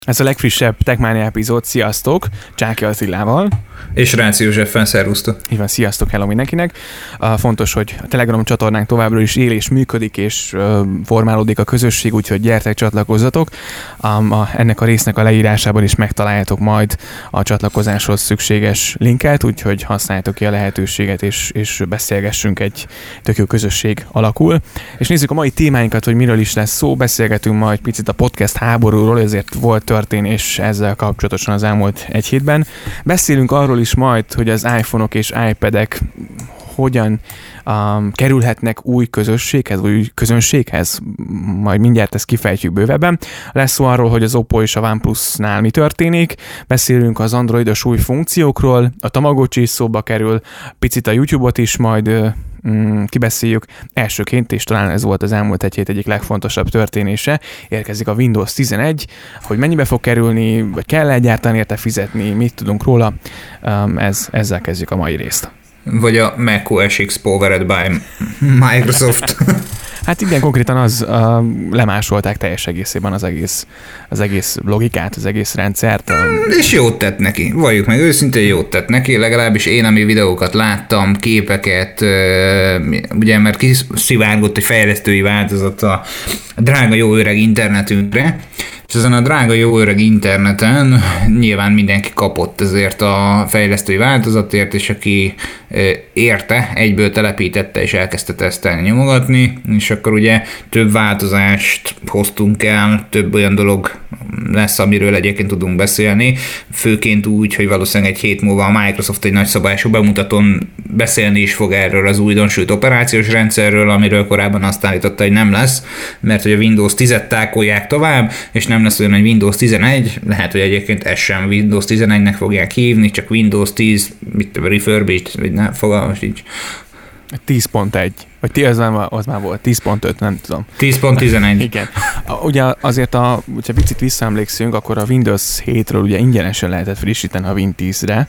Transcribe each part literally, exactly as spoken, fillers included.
Ez a legfrissebb Techmania epizód, sziasztok, Csáki Attilával. És Rácz Józseffel, szervusztok. Így van, sziasztok, hello mindenkinek. Uh, fontos, hogy a Telegram csatornánk továbbra is él és működik, és uh, formálódik a közösség, úgyhogy gyertek, csatlakozzatok. Um, a, ennek a résznek a leírásában is megtaláljátok majd a csatlakozáshoz szükséges linket, úgyhogy használjátok ki a lehetőséget, és, és beszélgessünk, egy tök jó közösség alakul. És nézzük a mai témáinkat, hogy miről is lesz szó. Beszélgetünk majd picit a podcast háborúról, ezért volt történés ezzel kapcsolatosan az elmúlt egy hétben. Beszélünk arról is majd, hogy az iPhone-ok és iPad-ek hogyan um, kerülhetnek új közösséghez, új közönséghez. Majd mindjárt ezt kifejtjük bővebben. Lesz szó arról, hogy az Oppo és a OnePlus-nál mi történik. Beszélünk az androidos új funkciókról, a Tamagotchi is szóba kerül, picit a YouTube-ot is majd mm, kibeszéljük. Elsőként, és talán ez volt az elmúlt egy hét egyik legfontosabb történése, érkezik a Windows tizenegy, hogy mennyibe fog kerülni, vagy kell egyáltalán érte fizetni, mit tudunk róla. Um, ez, ezzel kezdjük a mai részt. Vagy a macOS X Powered by Microsoft. Hát igen, konkrétan az uh, lemásolták teljes egészében az egész, az egész logikát, az egész rendszert. A... És jót tett neki. Valljuk meg, őszintén jót tett neki, legalábbis én, ami videókat láttam, képeket, uh, ugye, mert kiszivárgott egy fejlesztői változat a drága jó öreg internetünkre, és ezen a drága jó öreg interneten nyilván mindenki kapott ezért a fejlesztői változatért, és aki érte, egyből telepítette és elkezdte tesztelni, nyomogatni, és akkor ugye több változást hoztunk el, több olyan dolog lesz, amiről egyébként tudunk beszélni, főként úgy, hogy valószínűleg egy hét múlva a Microsoft egy nagyszabású bemutatón beszélni is fog erről az újdonsült operációs rendszerről, amiről korábban azt állította, hogy nem lesz, mert hogy a Windows tízet tákolják tovább, és nem lesz olyan, hogy Windows tizenegy, lehet, hogy egyébként ez sem Windows tizenegynek fogják hívni, csak Windows tíz, mit refurbished, vagy nem, fogalmas így. tíz pont egy, vagy ti az már, az már volt, tíz pont öt, nem tudom. tíz pont tizenegy. Igen. Ugye azért, a, hogyha picit visszaemlékszünk, akkor a Windows hétről ugye ingyenesen lehetett frissíteni a Win tízre.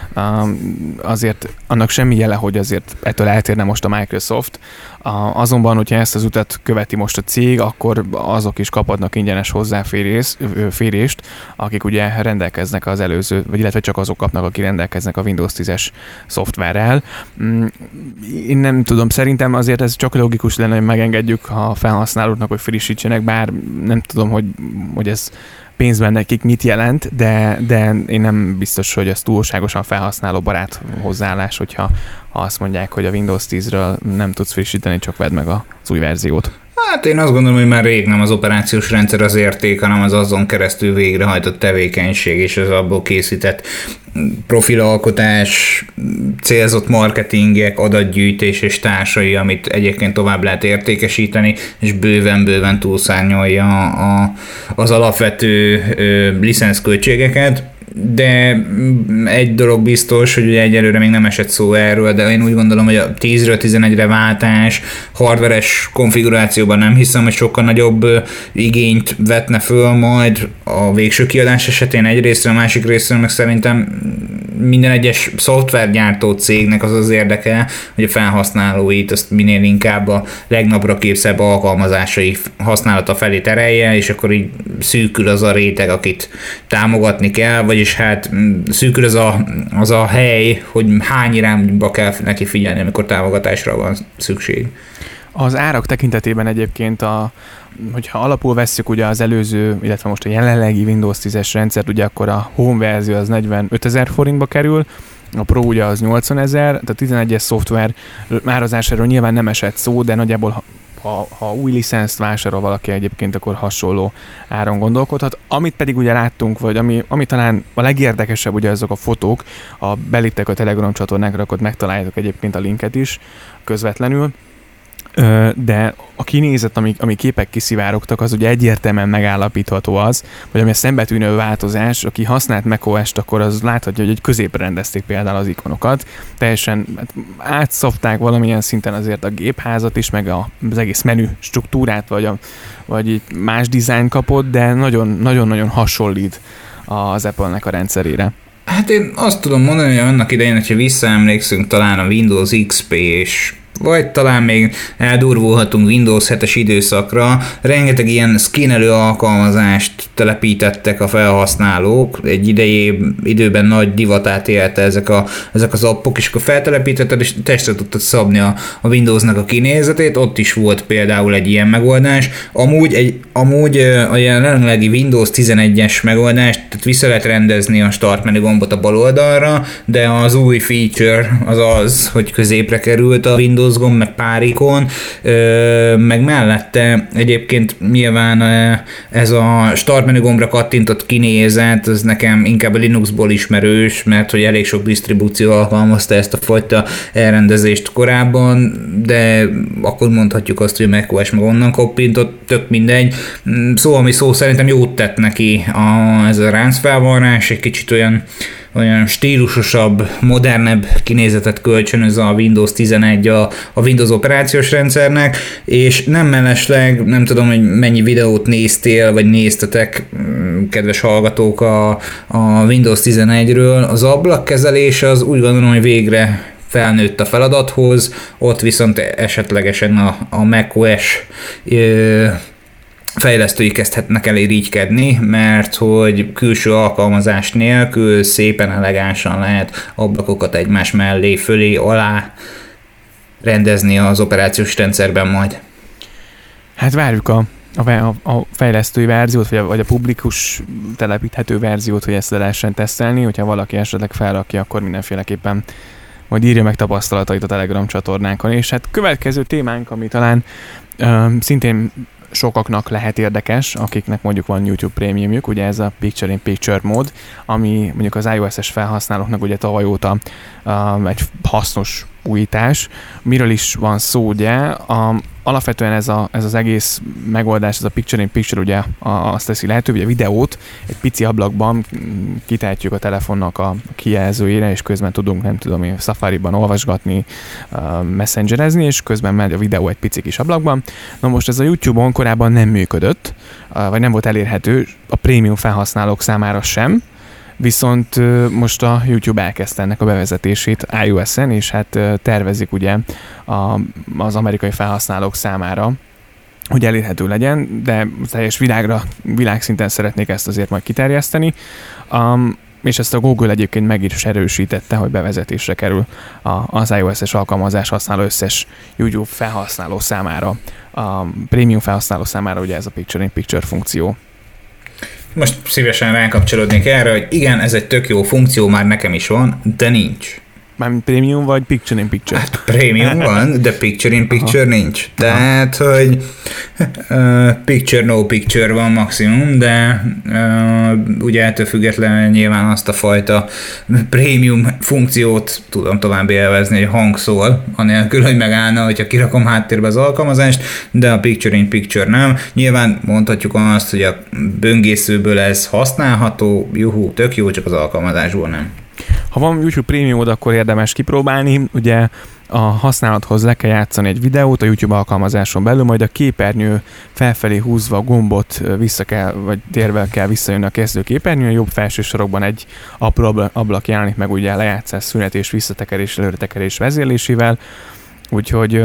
Um, azért annak semmi jele, hogy azért ettől eltérne most a Microsoft. Uh, azonban, hogyha ezt az utat követi most a cég, akkor azok is kaphatnak ingyenes hozzáférést, akik ugye rendelkeznek az előző, vagy illetve csak azok kapnak, akik rendelkeznek a Windows tízes szoftverrel. Um, én nem tudom, szerintem azért ez csak logikus lenne, hogy megengedjük a felhasználóknak, hogy frissítsenek, bár nem tudom, hogy, hogy ez pénzben nekik mit jelent, de, de én nem biztos, hogy ez túlságosan felhasználó barát hozzáállás, hogyha ha azt mondják, hogy a Windows tízről nem tudsz frissíteni, csak vedd meg az új verziót. Hát én azt gondolom, hogy már rég nem az operációs rendszer az érték, hanem az azon keresztül végrehajtott tevékenység és az abból készített profilalkotás, célzott marketingek, adatgyűjtés és társai, amit egyébként tovább lehet értékesíteni, és bőven-bőven túlszárnyolja a, az alapvető ö, licenszköltségeket. De egy dolog biztos, hogy ugye egyelőre még nem esett szó erről, de én úgy gondolom, hogy a tízről tizenegyre váltás, hardveres konfigurációban nem hiszem, hogy sokkal nagyobb igényt vetne föl majd a végső kiadás esetén egyrésztről, a másik részről meg szerintem minden egyes szoftvergyártó cégnek az az érdeke, hogy a felhasználóit azt minél inkább a legnappra képzebb alkalmazásai használata felé terelje, és akkor így szűkül az a réteg, akit támogatni kell, vagyis hát szűkül az a, az a hely, hogy hány irányba kell neki figyelni, amikor támogatásra van szükség. Az árak tekintetében egyébként, a, hogyha alapul vesszük ugye az előző, illetve most a jelenlegi Windows tízes rendszert, ugye akkor a Home verzió az negyvenötezer forintba kerül, a Pro ugye az nyolcvanezer, a tizenegyes szoftver árazásáról nyilván nem esett szó, de nagyjából ha, ha új licenszt vásárol valaki egyébként, akkor hasonló áron gondolkodhat. Amit pedig ugye láttunk, vagy ami, ami talán a legérdekesebb, ugye ezek a fotók, a beléptek a Telegram csatornákra, akkor megtaláljátok egyébként a linket is közvetlenül, de a kinézet, ami, ami képek kiszivárogtak, az ugye egyértelműen megállapítható az, hogy ami a szembetűnő változás, aki használt macOS-t, akkor az láthatja, hogy egy középre rendezték például az ikonokat. Teljesen hát, átszopták valamilyen szinten azért a gépházat is, meg a, az egész menü struktúrát, vagy, a, vagy más dizájn kapott, de nagyon-nagyon hasonlít az Apple-nek a rendszerére. Hát én azt tudom mondani, hogy annak idején, hogyha visszaemlékszünk talán a Windows iksz pé és vagy talán még eldurvulhatunk Windows hetes időszakra. Rengeteg ilyen szkínelő alkalmazást telepítettek a felhasználók. Egy idejé, időben nagy divatát élte ezek, a, ezek az appok, és akkor feltelepítetted, és testre tudtad szabni a, a Windowsnak a kinézetét. Ott is volt például egy ilyen megoldás. Amúgy, egy, amúgy a jelenlegi Windows tizenegyes megoldást, tehát vissza lehet rendezni a Start menu gombot a bal oldalra, de az új feature az az, hogy középre került a Windows gomb, meg pár ikon, meg mellette egyébként nyilván ez a Start menu gombra kattintott kinézet, ez nekem inkább a Linuxból ismerős, mert hogy elég sok disztribúció alkalmazta ezt a fajta elrendezést korábban, de akkor mondhatjuk azt, hogy a macOS meg onnan koppintott, tök mindegy. Szó, ami szó, szerintem jót tett neki a, ez a ráncfelvarrás, egy kicsit olyan olyan stílusosabb, modernebb kinézetet kölcsönöz a Windows tizenegy a, a Windows operációs rendszernek, és nem mellesleg, nem tudom, hogy mennyi videót néztél, vagy néztetek, kedves hallgatók, a, a Windows tizenegyről. Az ablakkezelés az úgy gondolom, hogy végre felnőtt a feladathoz, ott viszont esetlegesen a, a macOS ö, fejlesztői kezdhetnek el irigykedni, mert hogy külső alkalmazás nélkül szépen elegánsan lehet ablakokat egymás mellé, fölé, alá rendezni az operációs rendszerben majd. Hát várjuk a, a, a fejlesztői verziót, vagy a, vagy a publikus telepíthető verziót, hogy ezt lehessen tesztelni, hogyha valaki esetleg felrakja, akkor mindenféleképpen majd írja meg tapasztalatait a Telegram csatornánkon. És hát következő témánk, ami talán ö, szintén sokaknak lehet érdekes, akiknek mondjuk van YouTube Premiumjuk, ugye ez a Picture in Picture mód, ami mondjuk az iOS-es felhasználóknak ugye tavaly óta uh, egy hasznos újítás. Miről is van szó, ugye? A, alapvetően ez, a, ez az egész megoldás, ez a Picture in Picture ugye azt teszi lehetővé, hogy a videót egy pici ablakban kitehetjük a telefonnak a kijelzőjére, és közben tudunk, nem tudom, Safari-ban olvasgatni, messengerezni, és közben megy a videó egy pici kis ablakban. Na most ez a YouTube-on korábban nem működött, vagy nem volt elérhető a prémium felhasználók számára sem, viszont most a YouTube elkezdte ennek a bevezetését iOS-en, és hát tervezik ugye a, az amerikai felhasználók számára, hogy elérhető legyen, de teljes világra, világszinten szeretnék ezt azért majd kiterjeszteni. Um, és ezt a Google egyébként meg is erősítette, hogy bevezetésre kerül az iOS-es alkalmazás használó összes YouTube felhasználó számára, a prémium felhasználó számára ugye ez a Picture in Picture funkció. Most szívesen rákapcsolódnék erre, hogy igen, ez egy tök jó funkció, már nekem is van, de nincs. Mármint Premium vagy Picture in Picture? Hát Premium van, de Picture in Picture Aha. nincs. Tehát, Aha. hogy uh, Picture no Picture van maximum, de uh, ugye ettől függetlenül nyilván azt a fajta Premium funkciót tudom tovább élvezni, hogy hang szól, anélkül, hogy megállna, hogyha kirakom háttérbe az alkalmazást, de a Picture in Picture nem. Nyilván mondhatjuk azt, hogy a böngészőből ez használható, juhú, tök jó, csak az alkalmazásból nem. Ha van YouTube Premiumod, akkor érdemes kipróbálni. Ugye a használathoz le kell játszani egy videót a YouTube alkalmazáson belül, majd a képernyő felfelé húzva a gombot vissza kell, vagy térvel kell visszajönni a kezdő képernyőn. A jobb felső sarokban egy apró ablak jelenik meg, ugye lejátszás, szünet és visszatekerés, előretekerés vezérlésével. Úgyhogy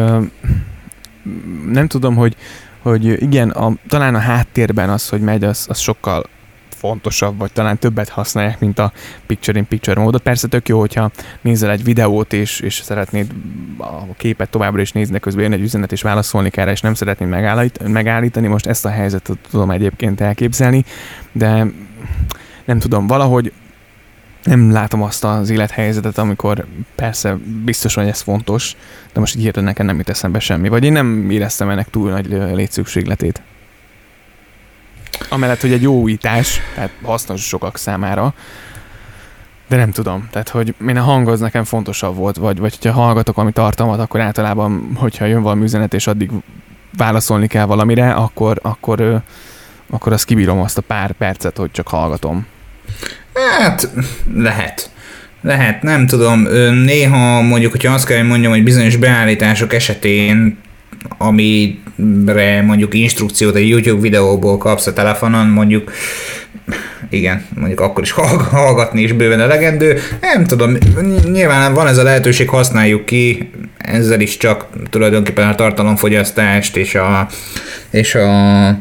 nem tudom, hogy, hogy igen, a, talán a háttérben az, hogy megy, az, az sokkal fontosabb, vagy talán többet használják, mint a Picture in Picture módot. Persze tök jó, hogyha nézel egy videót, és, és szeretnéd a képet továbbra is nézni, de közben jön egy üzenet, és válaszolni kell rá, és nem szeretnéd megállít, megállítani. Most ezt a helyzetet tudom egyébként elképzelni, de nem tudom, valahogy nem látom azt az élethelyzetet, amikor persze biztos, hogy ez fontos, de most így hirtelen nekem nem jut eszembe semmi. Vagy én nem éreztem ennek túl nagy létszükségletét. Amellett, hogy egy jó újítás, tehát hasznos sokak számára, de nem tudom. Tehát, hogy én a hang az nekem fontosabb volt, vagy, vagy hogyha hallgatok valami tartalmat, akkor általában, hogyha jön valami üzenet, és addig válaszolni kell valamire, akkor, akkor, akkor azt kibírom azt a pár percet, hogy csak hallgatom. Hát, lehet. Lehet, nem tudom. Néha mondjuk, hogyha azt kell, hogy mondjam, hogy bizonyos beállítások esetén, amire mondjuk instrukciót egy YouTube videóból kapsz a telefonon, mondjuk igen, mondjuk akkor is hallgatni is bőven elegendő. Nem tudom, nyilván van ez a lehetőség, használjuk ki, ezzel is csak tulajdonképpen a tartalomfogyasztást és a, és a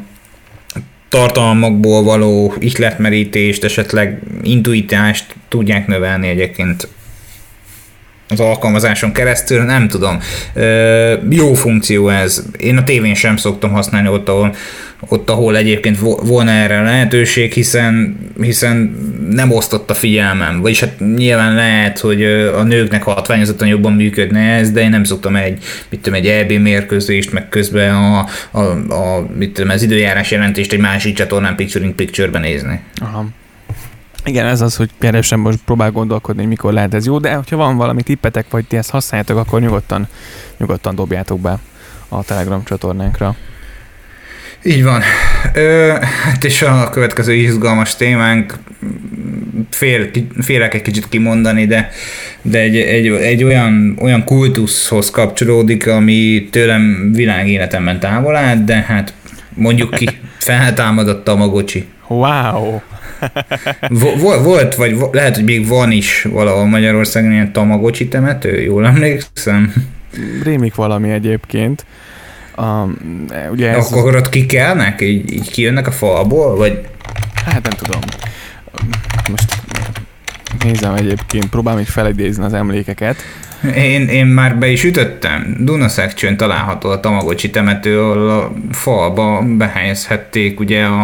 tartalmakból való ihletmerítést, esetleg intuitást tudják növelni egyébként az alkalmazáson keresztül, nem tudom. Ö, jó funkció ez. Én a tévén sem szoktam használni ott, ahol, ott, ahol egyébként volna erre lehetőség, hiszen, hiszen nem osztott a figyelmem. Vagyis hát nyilván lehet, hogy a nőknek hatványozottan jobban működne ez, de én nem szoktam egy, mit tudom, egy é bé mérkőzést, meg közben a, a, a mit tudom, az időjárás jelentést egy másik csatornán Picture in Picture-ben nézni. Aha. Igen, ez az, hogy például sem most próbál gondolkodni, hogy mikor lehet ez jó, de hogyha van valami tippetek, vagy ti ezt használjátok, akkor nyugodtan, nyugodtan dobjátok be a Telegram csatornánkra. Így van. Ö, hát és a következő izgalmas témánk, fél, félek egy kicsit kimondani, de, de egy, egy, egy olyan, olyan kultuszhoz kapcsolódik, ami tőlem világéletemben távol állt, de hát mondjuk ki, feltámadott a Tamagocsi. Wow! Vol, volt, vagy lehet, hogy még van is valahol Magyarországon ilyen Tamagocsi temető, jól emlékszem? Rémik valami egyébként. Um, ugye ez Akkor ott kikelnek? Így, így kijönnek a falból? Vagy? Hát nem tudom. Most nézem egyébként, próbálom így felidézni az emlékeket. Én, én már be is ütöttem. Dunaszekcsőn található a Tamagocsi temető, ahol a falba behelyezhették ugye a,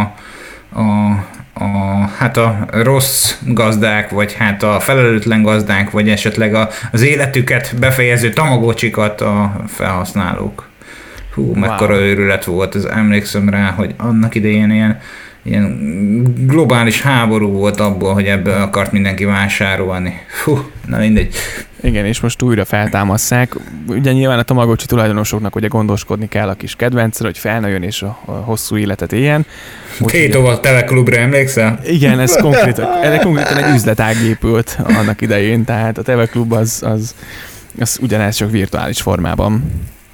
a A, hát a rossz gazdák, vagy hát a felelőtlen gazdák, vagy esetleg a, az életüket befejező tamagocsikat a felhasználók. Hú, wow. Mekkora őrület volt, ez emlékszem rá, hogy annak idején ilyen, ilyen globális háború volt abból, hogy ebből akart mindenki vásárolni. Hú, na mindegy. Igen, és most újra feltámasszák. Ugye nyilván a Tamagocsi tulajdonosoknak ugye gondoskodni kell a kis kedvencre, hogy felnőjön és a, a hosszú életet éljen. Tétova teleklubra, emlékszel? Igen, ez konkrétan, ez konkrétan egy üzletág épült annak idején, tehát a teleklub az, az, az ugyanez csak virtuális formában.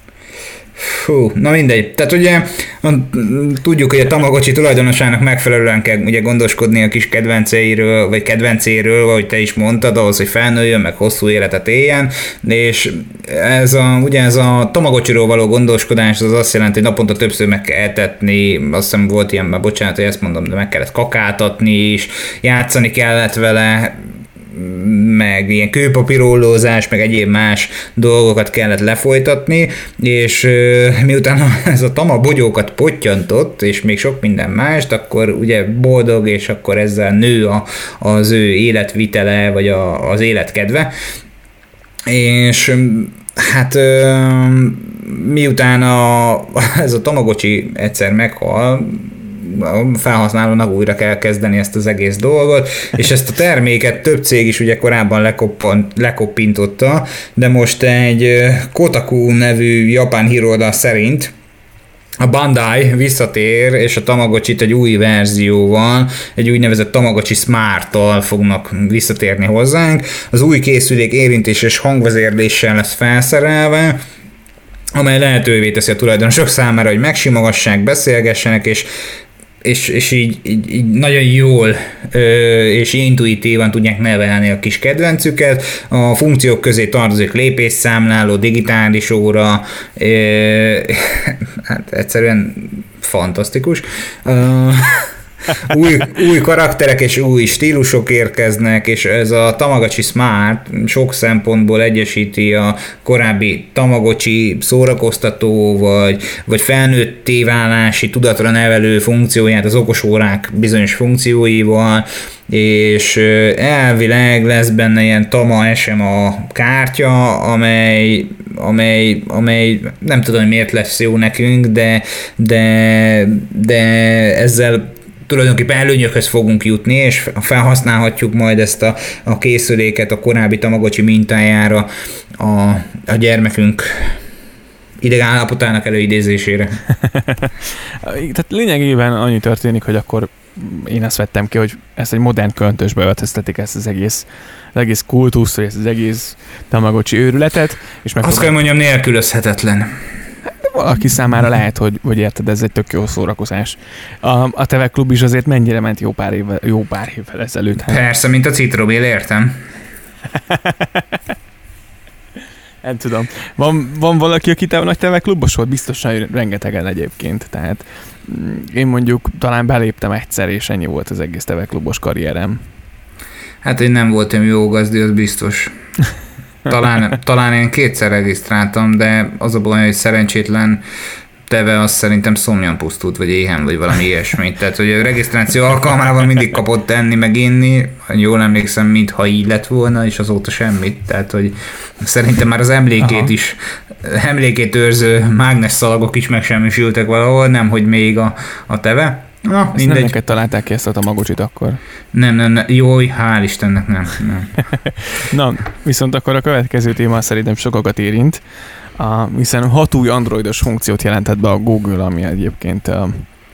Fú, na mindegy. Tehát ugye tudjuk, hogy a Tamagocsi tulajdonosának megfelelően kell ugye gondoskodni a kis kedvenceiről, vagy kedvencéről, ahogy te is mondtad, ahhoz, hogy felnőjön, meg hosszú életet éljen, és ez a, ugye ez a Tamagocsiról való gondoskodás az azt jelenti, hogy naponta többször meg kell etetni, azt hiszem volt ilyen, már bocsánat, hogy ezt mondom, de meg kellett kakáltatni is, játszani kellett vele, meg ilyen kőpapírollózás, meg egyéb más dolgokat kellett lefolytatni, és uh, miután ez a Tama bogyókat pottyantott, és még sok minden mást, akkor ugye boldog, és akkor ezzel nő a, az ő életvitele, vagy a, az életkedve. És hát uh, miután a, ez a Tamagocsi egyszer meghal, a felhasználónak újra kell kezdeni ezt az egész dolgot, és ezt a terméket több cég is ugye korábban lekoppintotta, de most egy Kotaku nevű japán híroldal szerint a Bandai visszatér, és a Tamagocsit egy új verzióval, egy úgynevezett Tamagocsi Smart-tal fognak visszatérni hozzánk. Az új készülék érintés és hangvezérléssel lesz felszerelve, amely lehetővé teszi a tulajdonosok számára, hogy megsimogassák, beszélgessenek, és és, és így, így, így nagyon jól ö, és intuitívan tudják nevelni a kis kedvencüket. A funkciók közé tartozik lépésszámláló, digitális óra, ö, hát egyszerűen fantasztikus. Ö, új, új karakterek és új stílusok érkeznek, és ez a Tamagocsi Smart sok szempontból egyesíti a korábbi Tamagocsi szórakoztató, vagy, vagy felnőtté válási tudatra nevelő funkcióját az okosórák bizonyos funkcióival, és elvileg lesz benne ilyen Tama es em a kártya, amely, amely, amely nem tudom, hogy miért lesz jó nekünk, de, de, de ezzel tulajdonképpen előnyökhöz fogunk jutni, és felhasználhatjuk majd ezt a, a készüléket a korábbi Tamagocsi mintájára a, a gyermekünk ideg állapotának előidézésére. Tehát lényegében annyi történik, hogy akkor én azt vettem ki, hogy ezt egy modern köntösbe öltöztetik ezt az egész, az egész kultuszt, vagy ezt az egész Tamagocsi őrületet. És azt kell mondjam, nélkülözhetetlen. Valaki számára lehet, hogy, hogy érted, ez egy tök jó szórakozás. A, a Teve Klub is azért mennyire ment jó pár évvel, jó pár évvel ezelőtt. Persze, mint a Citromil, értem. Nem tudom. Van, van valaki, aki te nagy teveklubos volt? Biztosan rengetegen egyébként. Tehát én mondjuk talán beléptem egyszer, és ennyi volt az egész teveklubos karrierem. Hát én nem voltam jó gazdi, az biztos. Talán, talán én kétszer regisztráltam, de az a baj, hogy szerencsétlen teve az szerintem szomjan pusztult, vagy éhen, vagy valami ilyesmit. Tehát, hogy a regisztráció alkalmával mindig kapott enni, meg inni. Jól emlékszem, mintha így lett volna, és azóta semmit. Tehát, hogy szerintem már az emlékét Aha. is, emlékét őrző mágnesszalagok is megsemmisültek valahol, nem, hogy még a, a teve. Na, ezt nem neked találták ki ezt a tamagocsit akkor? Nem, nem, nem. Jó, hál' Istennek nem. nem. Na, viszont akkor a következő téma szerintem sokakat érint, uh, hiszen hat új androidos funkciót jelentett be a Google, ami egyébként uh,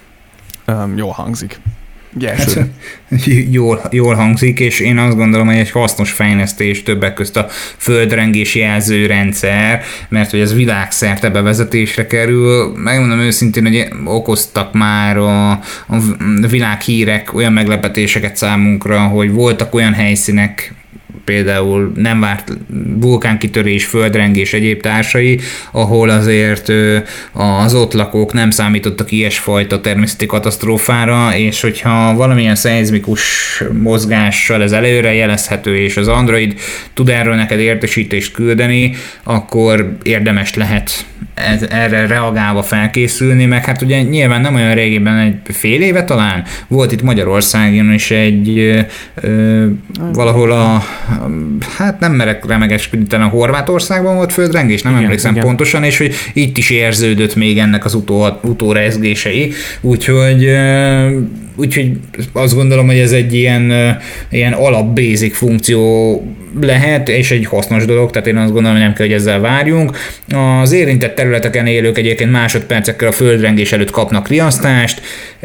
um, jól hangzik. Hát, jól, jól hangzik, és én azt gondolom, hogy egy hasznos fejlesztés többek közt a földrengés jelzőrendszer, mert hogy ez világszerte bevezetésre kerül. Megmondom őszintén, hogy okoztak már a, a világhírek olyan meglepetéseket számunkra, hogy voltak olyan helyszínek, például nem várt vulkánkitörés, földrengés, egyéb társai, ahol azért az ott lakók nem számítottak ilyesfajta természeti katasztrófára, és hogyha valamilyen szeizmikus mozgással ez előre jelezhető, és az Android tud erről neked értesítést küldeni, akkor érdemes lehet ez, erre reagálva felkészülni, meg hát ugye nyilván nem olyan régében, egy fél éve talán volt itt Magyarországon is egy ö, valahol a hát nem merek remegesküdni, a Horvátországban volt földrengés, nem igen, emlékszem igen. pontosan, és hogy itt is érződött még ennek az utó, utórezgései, úgyhogy, úgyhogy azt gondolom, hogy ez egy ilyen, ilyen alap basic funkció lehet, és egy hasznos dolog, tehát én azt gondolom, hogy nem kell, hogy ezzel várjunk. Az érintett területeken élők egyébként másodpercekkel a földrengés előtt kapnak riasztást,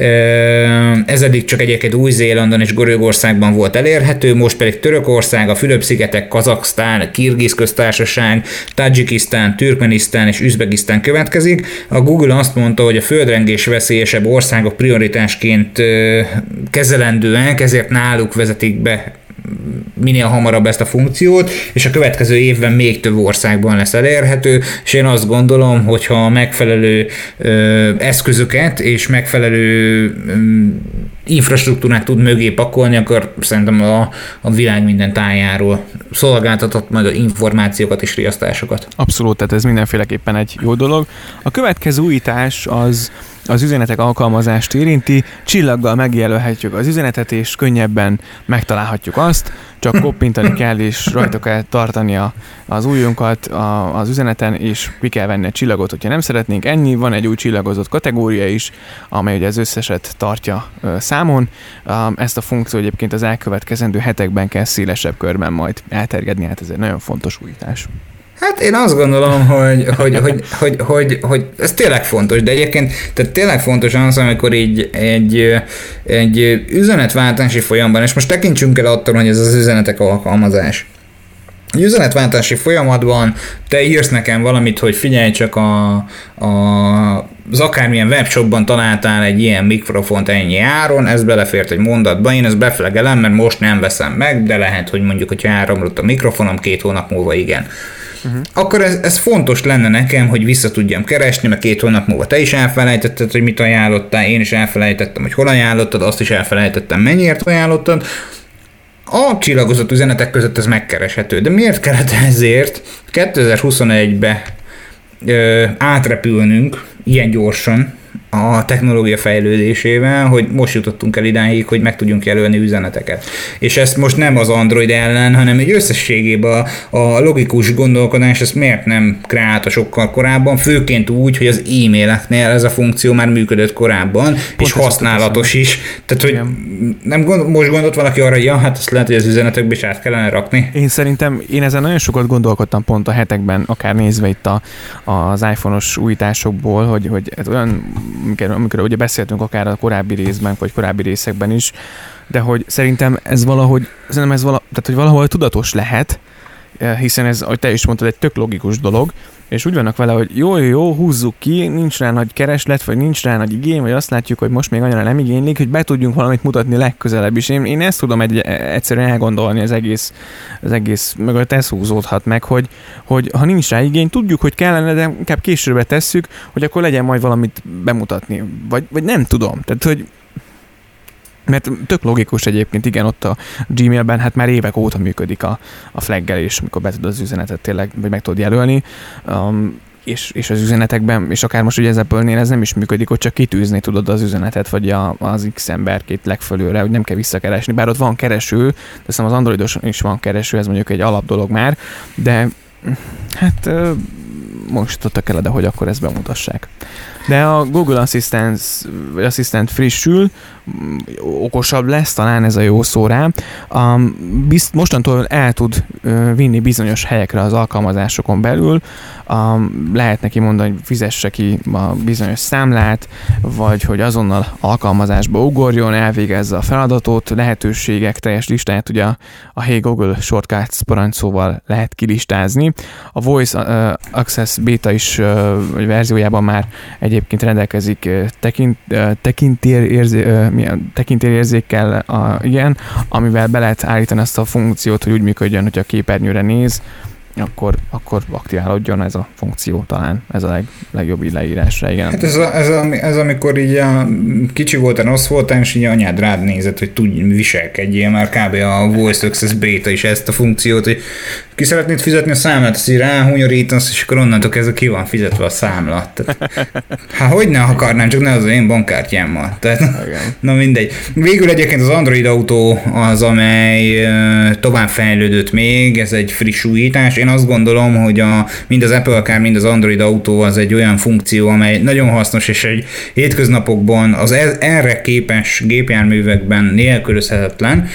ez eddig csak egyébként Új-Zélandon és Görögországban volt elérhető, most pedig Törökország, a Fülöp-szigetek, Kazaksztán, Kirgiz köztársaság, Tadzsikisztán, Türkmenisztán és Üzbegisztán következik. A Google azt mondta, hogy a földrengés veszélyesebb országok prioritásként kezelendőek, ezért náluk vezetik be minél hamarabb ezt a funkciót, és a következő évben még több országban lesz elérhető, és én azt gondolom, hogyha megfelelő ö, eszközöket és megfelelő ö, infrastruktúrát tud mögé pakolni, akkor szerintem a, a világ minden tájáról szolgáltatott majd a információkat és riasztásokat. Abszolút, tehát ez mindenféleképpen egy jó dolog. A következő újítás az az üzenetek alkalmazást érinti, csillaggal megjelölhetjük az üzenetet, és könnyebben megtalálhatjuk azt, csak koppintani kell, és rajta kell tartani a, az ujjunkat a, az üzeneten, és ki kell venni a csillagot, hogyha nem szeretnénk. Ennyi, van egy új csillagozott kategória is, amely ugye az összeset tartja ö, számon. Ezt a funkció egyébként az elkövetkezendő hetekben kell szélesebb körben majd elterjedni, hát ez egy nagyon fontos újítás. Hát én azt gondolom, hogy, hogy, hogy, hogy, hogy, hogy ez tényleg fontos, de egyébként tehát tényleg fontos az, amikor így egy, egy üzenetváltási folyamban, és most tekintsünk el attól, hogy ez az üzenetek alkalmazás. Egy üzenetváltási folyamatban te írsz nekem valamit, hogy figyelj csak a, a, az akármilyen webshopban találtál egy ilyen mikrofont ennyi áron, ez belefért egy mondatba, én ezt beflegelem, mert most nem veszem meg, de lehet, hogy mondjuk, hogyha áramlott a mikrofonom, két hónap múlva igen. Uh-huh. Akkor ez, ez fontos lenne nekem, hogy vissza tudjam keresni, mert két hónap múlva te is elfelejtetted, hogy mit ajánlottál, én is elfelejtettem, hogy hol ajánlottad, azt is elfelejtettem, mennyiért ajánlottad. A csillagozott üzenetek között ez megkereshető, de miért kellett ezért kétezer-huszonegybe ö, átrepülnünk ilyen gyorsan a technológia fejlődésével, hogy most jutottunk el idáig, hogy meg tudjunk jelölni üzeneteket. És ezt most nem az Android ellen, hanem egy összességében a, a logikus gondolkodás ezt miért nem kreálta sokkal korábban, főként úgy, hogy az e-maileknél ez a funkció már működött korábban, pont és használatos is. Tehát, hogy nem gond, most gondolt valaki arra, hogy ja, hát ezt lehet, hogy az üzenetekbe is át kellene rakni. Én szerintem, én ezen nagyon sokat gondolkodtam pont a hetekben, akár nézve itt a, az iPhone-os újításokból, hogy, hogy ez olyan, amikor, amikor ugye beszéltünk akár a korábbi részben, vagy korábbi részekben is, de hogy szerintem ez valahogy, szerintem ez vala, tehát, hogy valahol tudatos lehet, hiszen ez, ahogy te is mondtad, egy tök logikus dolog, És úgy vannak vele, hogy jó, jó, jó, húzzuk ki, nincs rá nagy kereslet, vagy nincs rá nagy igény, vagy azt látjuk, hogy most még annyira nem igénylik, hogy be tudjunk valamit mutatni legközelebb is. Én, én ezt tudom egy, egyszerűen elgondolni az egész, az egész mögött ez húzódhat meg, hogy, hogy ha nincs rá igény, tudjuk, hogy kellene, de inkább későbbre tesszük, hogy akkor legyen majd valamit bemutatni. Vagy, vagy nem tudom. Tehát, hogy mert tök logikus egyébként, igen, ott a Gmailben hát már évek óta működik a, a flaggelés, amikor be tudod az üzenetet tényleg, vagy meg tudod jelölni, um, és, és az üzenetekben, és akár most ugye ez Apple-nél ez nem is működik, hogy csak kitűzni tudod az üzenetet, vagy a, az X emberkét legfölülre, hogy nem kell visszakeresni, bár ott van kereső, de hiszem az Androidoson is van kereső, ez mondjuk egy alap dolog már, de hát most tudtak el, de hogy akkor ezt bemutassák. De a Google Assistant, Assistant frissül, okosabb lesz, talán ez a jó szó rá. Um, bizt, mostantól el tud uh, vinni bizonyos helyekre az alkalmazásokon belül. Um, lehet neki mondani, hogy fizesse ki a bizonyos számlát, vagy hogy azonnal alkalmazásba ugorjon, elvégezze a feladatot, lehetőségek teljes listáját ugye a, a Hey Google Shortcuts parancsszóval lehet kilistázni. A Voice uh, Access Beta is uh, verziójában már egyébként rendelkezik uh, tekint, uh, tekintérérzé, uh, tekintérérzékkel, a, igen, amivel be lehet állítani azt a funkciót, hogy úgy működjön, hogy a képernyőre néz, akkor, akkor aktiválódjon ez a funkció talán. Ez a leg, legjobb így leírásra, igen. Hát ez, a, ez, a, ez amikor így a kicsi volt, a rossz voltál, és így anyád rád nézett, hogy tudj viselkedjél, már kb. A Voice Access Beta is ezt a funkciót, hogy ki szeretnéd fizetni a számlát, azt így ráhunyorítasz, és akkor onnantól kezdve ki van fizetve a számla. Hát hogy ne akarnám, csak ne az én bankkártyámmal. Tehát, na mindegy. Végül egyébként az Android Auto az, amely tovább fejlődött még, ez egy friss újítás. Én azt gondolom, hogy a, mind az Apple Car, mind az Android Auto az egy olyan funkció, amely nagyon hasznos, és egy hétköznapokban az erre képes gépjárművekben nélkülözhetetlen.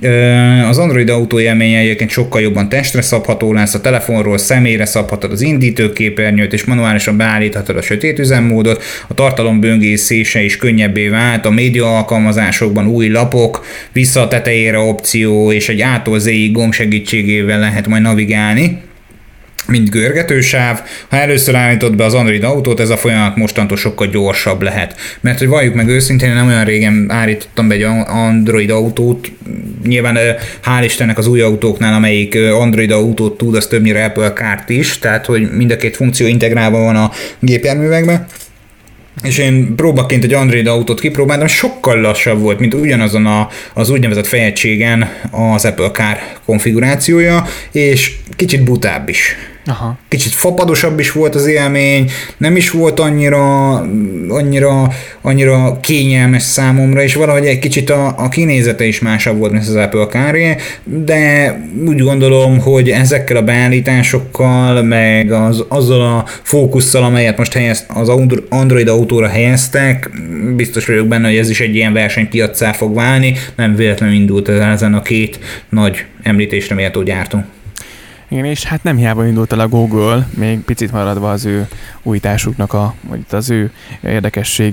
Az Android Auto élménye egyébként sokkal jobban testre szabható lesz, a telefonról személyre szabhatod az indítőképernyőt, és manuálisan beállíthatod a sötét üzemmódot, a tartalomböngészése is könnyebbé vált, a média alkalmazásokban új lapok, vissza a tetejére opció, és egy A-tól Z-ig gomb segítségével lehet majd navigálni, mint görgetősáv. Ha először állítod be az Android Autót, ez a folyamat mostantól sokkal gyorsabb lehet. Mert hogy valljuk meg őszintén, nem olyan régen állítottam be egy Android Autót, nyilván hál' Istennek az új autóknál, amelyik Android Autót tud, az többnyire Apple Car-t is, tehát hogy mind a két funkció integrálva van a gépjárművekben. És én próbaként egy Android Autót kipróbáltam, sokkal lassabb volt, mint ugyanazon a, az úgynevezett fejegységen az Apple Car konfigurációja, és kicsit butább is. Aha. Kicsit fapadosabb is volt az élmény, nem is volt annyira, annyira, annyira kényelmes számomra, és valahogy egy kicsit a, a kinézete is másabb volt, mint az Apple Car-é, de úgy gondolom, hogy ezekkel a beállításokkal, meg az, azzal a fókusszal, amelyet most helyez, az Android Autóra helyeztek, biztos vagyok benne, hogy ez is egy ilyen versenypiaccá fog válni, nem véletlenül indult ezen a két nagy említésre méltó gyártó. Igen, és hát nem hiába indult el a Google, még picit maradva az ő újításuknak, a, vagy az ő érdekesség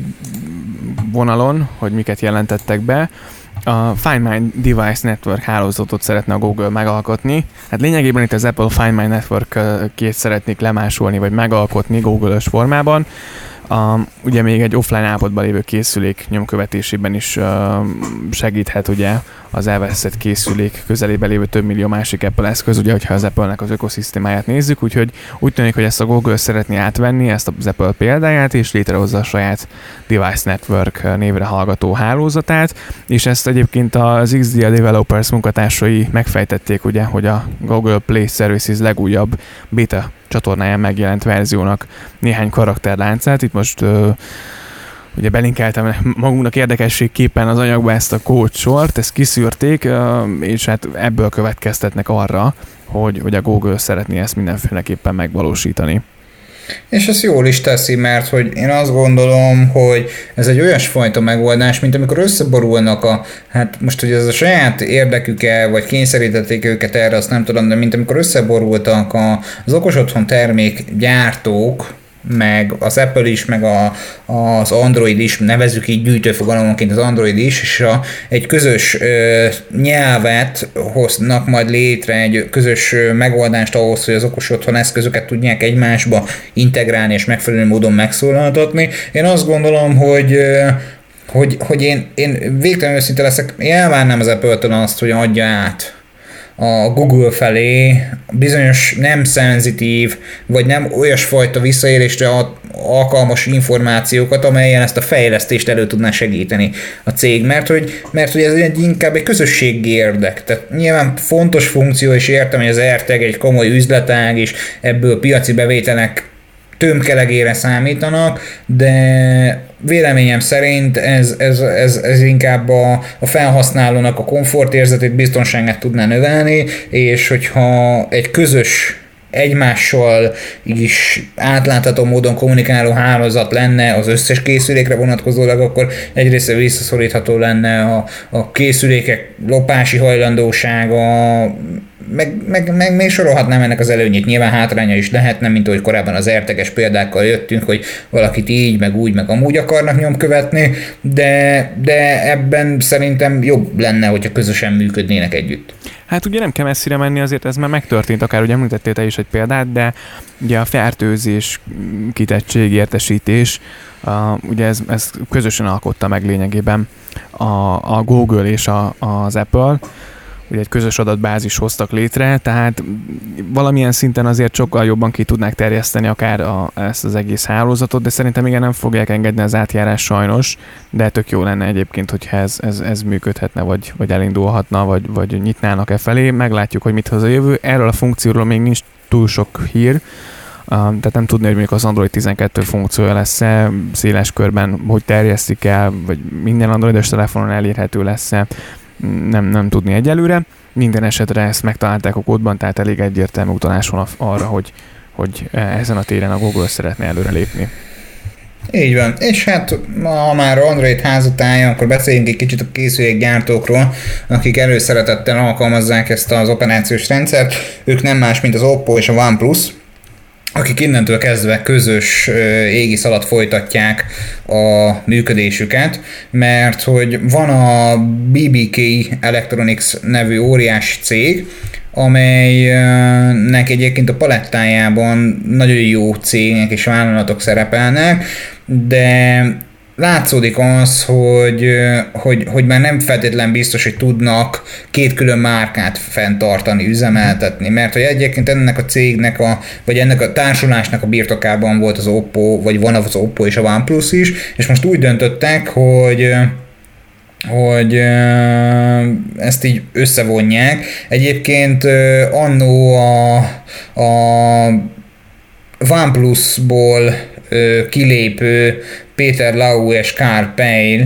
vonalon, hogy miket jelentettek be. A Find My Device Network hálózatot szeretne a Google megalkotni. Hát lényegében itt az Apple Find My Network-két szeretnék lemásolni, vagy megalkotni Google-ös formában. Uh, ugye még egy offline állapotban lévő készülék nyomkövetésében is uh, segíthet ugye az elveszett készülék közelében lévő több millió másik Apple eszköz, ugye, hogyha az Apple-nek az ökoszisztémáját nézzük, úgyhogy úgy tűnik, hogy ezt a Google szeretné átvenni, ezt az Apple példáját, és létrehozza a saját Device Network névre hallgató hálózatát, és ezt egyébként az iksz dé el Developers munkatársai megfejtették, ugye, hogy a Google Play Services legújabb beta csatornáján megjelent verziónak néhány karakterláncát. Itt most uh, ugye belinkeltem magunknak érdekességképpen az anyagba ezt a kódsort, ezt kiszűrték, uh, és hát ebből következtetnek arra, hogy, hogy a Google szeretné ezt mindenféleképpen megvalósítani. És ez jól is teszi, mert hogy én azt gondolom, hogy ez egy olyasfajta megoldás, mint amikor összeborulnak a, hát most, hogy ez a saját érdekük-e, vagy kényszerítették őket erre, azt nem tudom, de mint amikor összeborultak a, az okosotthon termék gyártók, meg az Apple is, meg a, az Android is, nevezzük így gyűjtőfogalomként az Android is, és a, egy közös ö, nyelvet hoznak majd létre, egy közös ö, megoldást ahhoz, hogy az okos otthon eszközöket tudják egymásba integrálni és megfelelő módon megszólaltatni. Én azt gondolom, hogy ö, hogy, hogy én, én végtelen őszinte leszek, én elvárnám az Apple-től azt, hogy adja át a Google felé bizonyos nem szenzitív, vagy nem olyasfajta visszaélésre alkalmas információkat, amelyen ezt a fejlesztést elő tudná segíteni a cég, mert hogy, mert hogy ez egy, inkább egy közösségi érdek. Tehát nyilván fontos funkció, és értem, hogy az AirTag egy komoly üzletág, és ebből piaci bevételek tömkelegére számítanak, de véleményem szerint ez, ez, ez, ez inkább a, a felhasználónak a komfortérzetét, biztonságát tudná növelni, és hogyha egy közös egymással is átlátható módon kommunikáló hálózat lenne az összes készülékre vonatkozólag, akkor egyrészt visszaszorítható lenne a, a készülékek lopási hajlandósága, meg, meg, meg még sorolhatnám ennek az előnyét. Nyilván hátránya is lehetne, mint ahogy korábban az AirTag-es példákkal jöttünk, hogy valakit így, meg úgy, meg amúgy akarnak nyomkövetni, de, de ebben szerintem jobb lenne, hogyha közösen működnének együtt. Hát ugye nem kell messzire menni, azért ez már megtörtént, akár ugye említettél te is egy példát, de ugye a fertőzés, kitettség, értesítés, uh, ugye ez, ez közösen alkotta meg lényegében a, a Google és a, az Apple, ugye egy közös adatbázis hoztak létre, tehát valamilyen szinten azért sokkal jobban ki tudnák terjeszteni akár a, ezt az egész hálózatot, de szerintem igen, nem fogják engedni az átjárás sajnos, de tök jó lenne egyébként, hogyha ez, ez, ez működhetne, vagy, vagy elindulhatna, vagy, vagy nyitnának e felé. Meglátjuk, hogy mit hoz a jövő. Erről a funkcióról még nincs túl sok hír, tehát nem tudni, hogy mondjuk az Android tizenkettő funkciója lesz-e, széles körben hogy terjesztik el, vagy minden androidos telefonon elérhető lesz-e, Nem, nem tudni egyelőre. Minden esetre ezt megtalálták a kódban, tehát elég egyértelmű utalás van arra, hogy, hogy ezen a téren a Google szeretne előrelépni. Így van. És hát ha már Android házatája, akkor beszéljünk egy kicsit a készülékgyártókról, akik előszeretettel alkalmazzák ezt az operációs rendszert. Ők nem más, mint az Oppo és a OnePlus, akik innentől kezdve közös égisz alatt folytatják a működésüket, mert hogy van a bé bé ká Electronics nevű óriási cég, amelynek egyébként a palettájában nagyon jó cégek és vállalatok szerepelnek, de látszódik az, hogy, hogy, hogy már nem feltétlen biztos, hogy tudnak két külön márkát fenntartani, üzemeltetni, mert hogy egyébként ennek a cégnek, a, vagy ennek a társulásnak a birtokában volt az Oppo, vagy van az Oppo és a OnePlus is, és most úgy döntöttek, hogy hogy ezt így összevonják. Egyébként annó a, a OnePlus-ból kilépő Peter Lau és Carl Payne,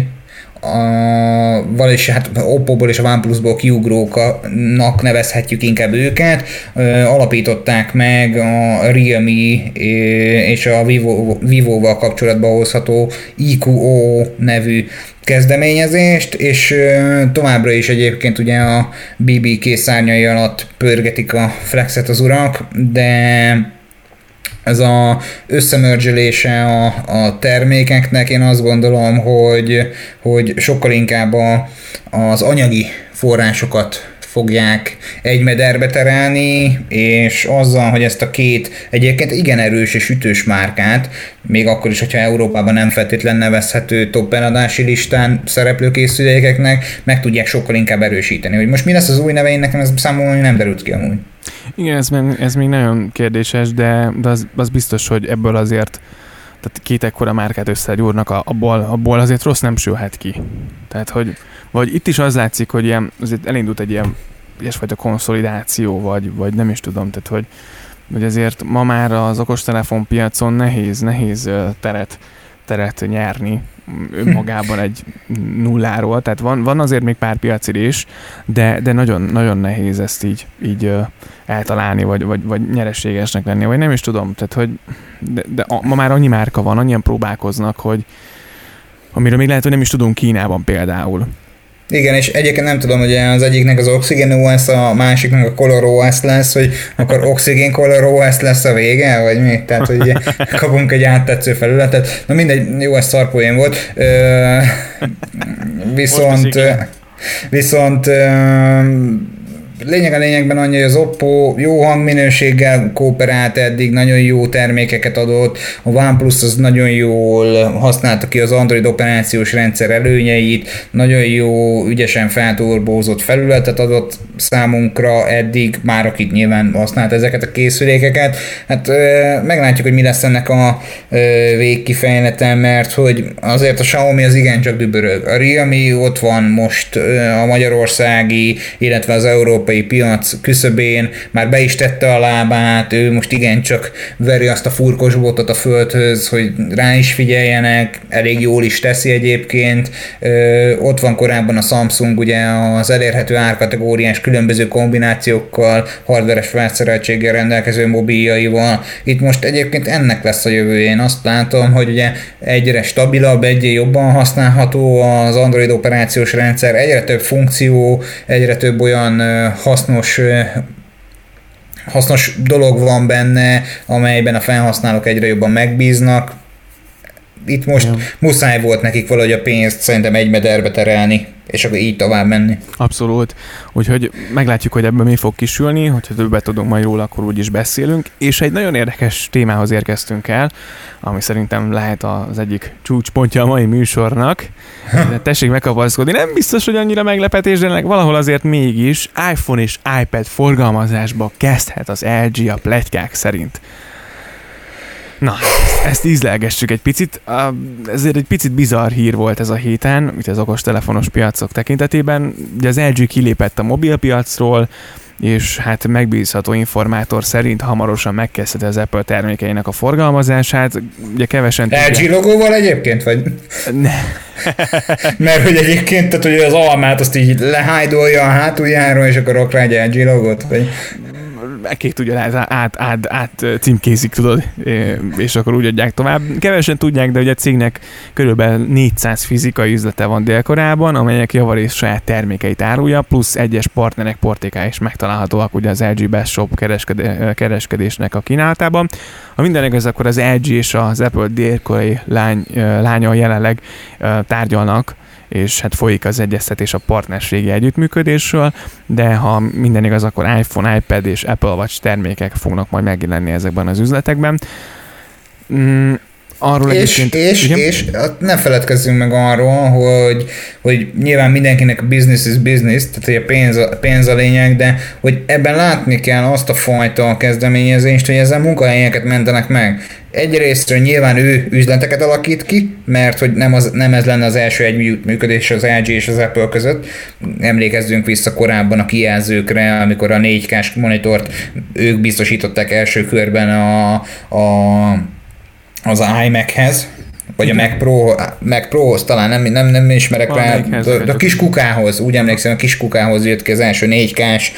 vagyis hát Oppo-ból és a OnePlus-ból kiugróknak nevezhetjük inkább őket, alapították meg a Realme és a Vivo, Vivo-val kapcsolatban hozható i kú o nevű kezdeményezést, és továbbra is egyébként ugye a bé bé ká szárnyai alatt pörgetik a Flexet az urak, de ez az összemörzselése a, a termékeknek, én azt gondolom, hogy, hogy sokkal inkább a, az anyagi forrásokat fogják egy mederbe terelni, és azzal, hogy ezt a két egyébként igen erős és ütős márkát, még akkor is, hogyha Európában nem feltétlen nevezhető top eladási listán szereplő készülékeknek, meg tudják sokkal inkább erősíteni. Hogy most mi lesz az új neve, én nekem ez számomra nem derült ki amúgy. Igen, ez, ez még nagyon kérdéses, de, de az, az biztos, hogy ebből azért tehát két ekkora márkát összegyúrnak, abból, abból azért rossz nem sülhet ki. Tehát, hogy vagy itt is az látszik, hogy ilyen, azért elindult egy ilyen ilyesfajta konszolidáció, vagy, vagy nem is tudom, tehát, hogy, hogy azért ma már az okostelefon piacon nehéz, nehéz teret, teret nyerni önmagában egy nulláról, tehát van, van azért még pár piacirés, de, de nagyon, nagyon nehéz ezt így, így eltalálni, vagy, vagy, vagy nyereségesnek lenni, vagy nem is tudom, tehát hogy de, de ma már annyi márka van, annyian próbálkoznak, hogy amiről még lehet, hogy nem is tudunk Kínában például. Igen, és egyébként nem tudom, hogy az egyiknek az Oxygen o es, a másiknak a Color o es lesz, hogy akkor Oxygen Color o es lesz a vége, vagy mi? Tehát, hogy kapunk egy áttetsző felületet. Na mindegy, jó, ez szarpoén volt. Ö, viszont, viszont lényeg a lényegben annyi, hogy az Oppo jó hangminőséggel kooperált eddig, nagyon jó termékeket adott, a OnePlus az nagyon jól használta ki az Android operációs rendszer előnyeit, nagyon jó, ügyesen felturbózott felületet adott számunkra eddig, már akik nyilván használt ezeket a készülékeket. Hát meglátjuk, hogy mi lesz ennek a végkifejlete, mert hogy azért a Xiaomi az igencsak dübörög. A Realme ott van most a magyarországi, illetve az európai piac küszöbén, már be is tette a lábát, ő most igencsak veri azt a furkos botot a földhöz, hogy rá is figyeljenek, elég jól is teszi egyébként. Ö, ott van korábban a Samsung, ugye az elérhető árkategóriás különböző kombinációkkal, hardveres felszereltséggel rendelkező mobiljaival. Itt most egyébként ennek lesz a jövője. Én azt látom, hogy ugye egyre stabilabb, egyre jobban használható az Android operációs rendszer, egyre több funkció, egyre több olyan hasznos hasznos dolog van benne, amelyben a felhasználók egyre jobban megbíznak. Itt most ja. muszáj volt nekik valahogy a pénzt szerintem egy mederbe terelni, és akkor így tovább menni. Abszolút. Úgyhogy meglátjuk, hogy ebből mi fog kisülni, hogyha többet tudunk majd róla, akkor úgyis beszélünk. És egy nagyon érdekes témához érkeztünk el, ami szerintem lehet az egyik csúcspontja a mai műsornak. De tessék megkapaszkodni. Nem biztos, hogy annyira meglepetés, de valahol azért mégis iPhone és iPad forgalmazásba kezdhet az el gé a pletykák szerint. Na, ezt ízlelgessük egy picit. Ezért egy picit bizarr hír volt ez a héten, itt az okostelefonos piacok tekintetében. Ugye az el gé kilépett a mobilpiacról, és hát megbízható informátor szerint hamarosan megkezdheti az Apple termékeinek a forgalmazását. Ugye kevesen el gé logóval egyébként, vagy? Ne. Mert hogy egyébként, tehát hogy az almát azt így lehájdolja a hátuljáról, és akkor rak rá egy el gé logót, vagy? Ki tudja, át, át, át, át címkézik, tudod, és akkor úgy adják tovább. Kevesen tudják, de ugye a cégnek körülbelül négyszáz fizikai üzlete van Dél-Koreában, amelyek javarészt saját termékeit árulja, plusz egyes partnerek portékái is megtalálhatóak ugye az el gé Best Shop kereskedé- kereskedésnek a kínálatában. Ha minden igaz, akkor az el gé és az Apple dél-koreai lány, lánya jelenleg tárgyalnak, és hát folyik az egyeztetés a partnerségi együttműködésről, de ha minden igaz, akkor iPhone, iPad és Apple Watch termékek fognak majd megjelenni ezekben az üzletekben. Mm, arról és, és, és ne feledkezzünk meg arról, hogy, hogy nyilván mindenkinek a business is business, tehát hogy a pénz, a pénz a lényeg, de hogy ebben látni kell azt a fajta kezdeményezést, hogy ezzel munkahelyeket mentenek meg. Egyrésztről nyilván ő üzleteket alakít ki, mert hogy nem, az, nem ez lenne az első együttműködés az el gé és az Apple között. Emlékezzünk vissza korábban a kijelzőkre, amikor a négy ká-s monitort ők biztosították első körben a, a az iMac-hez, vagy a Mac, Pro, Mac Pro-hoz, talán nem, nem, nem ismerek a rá, de, de a kis kukához, úgy emlékszem, a kis kukához jött ki az első négy ká-s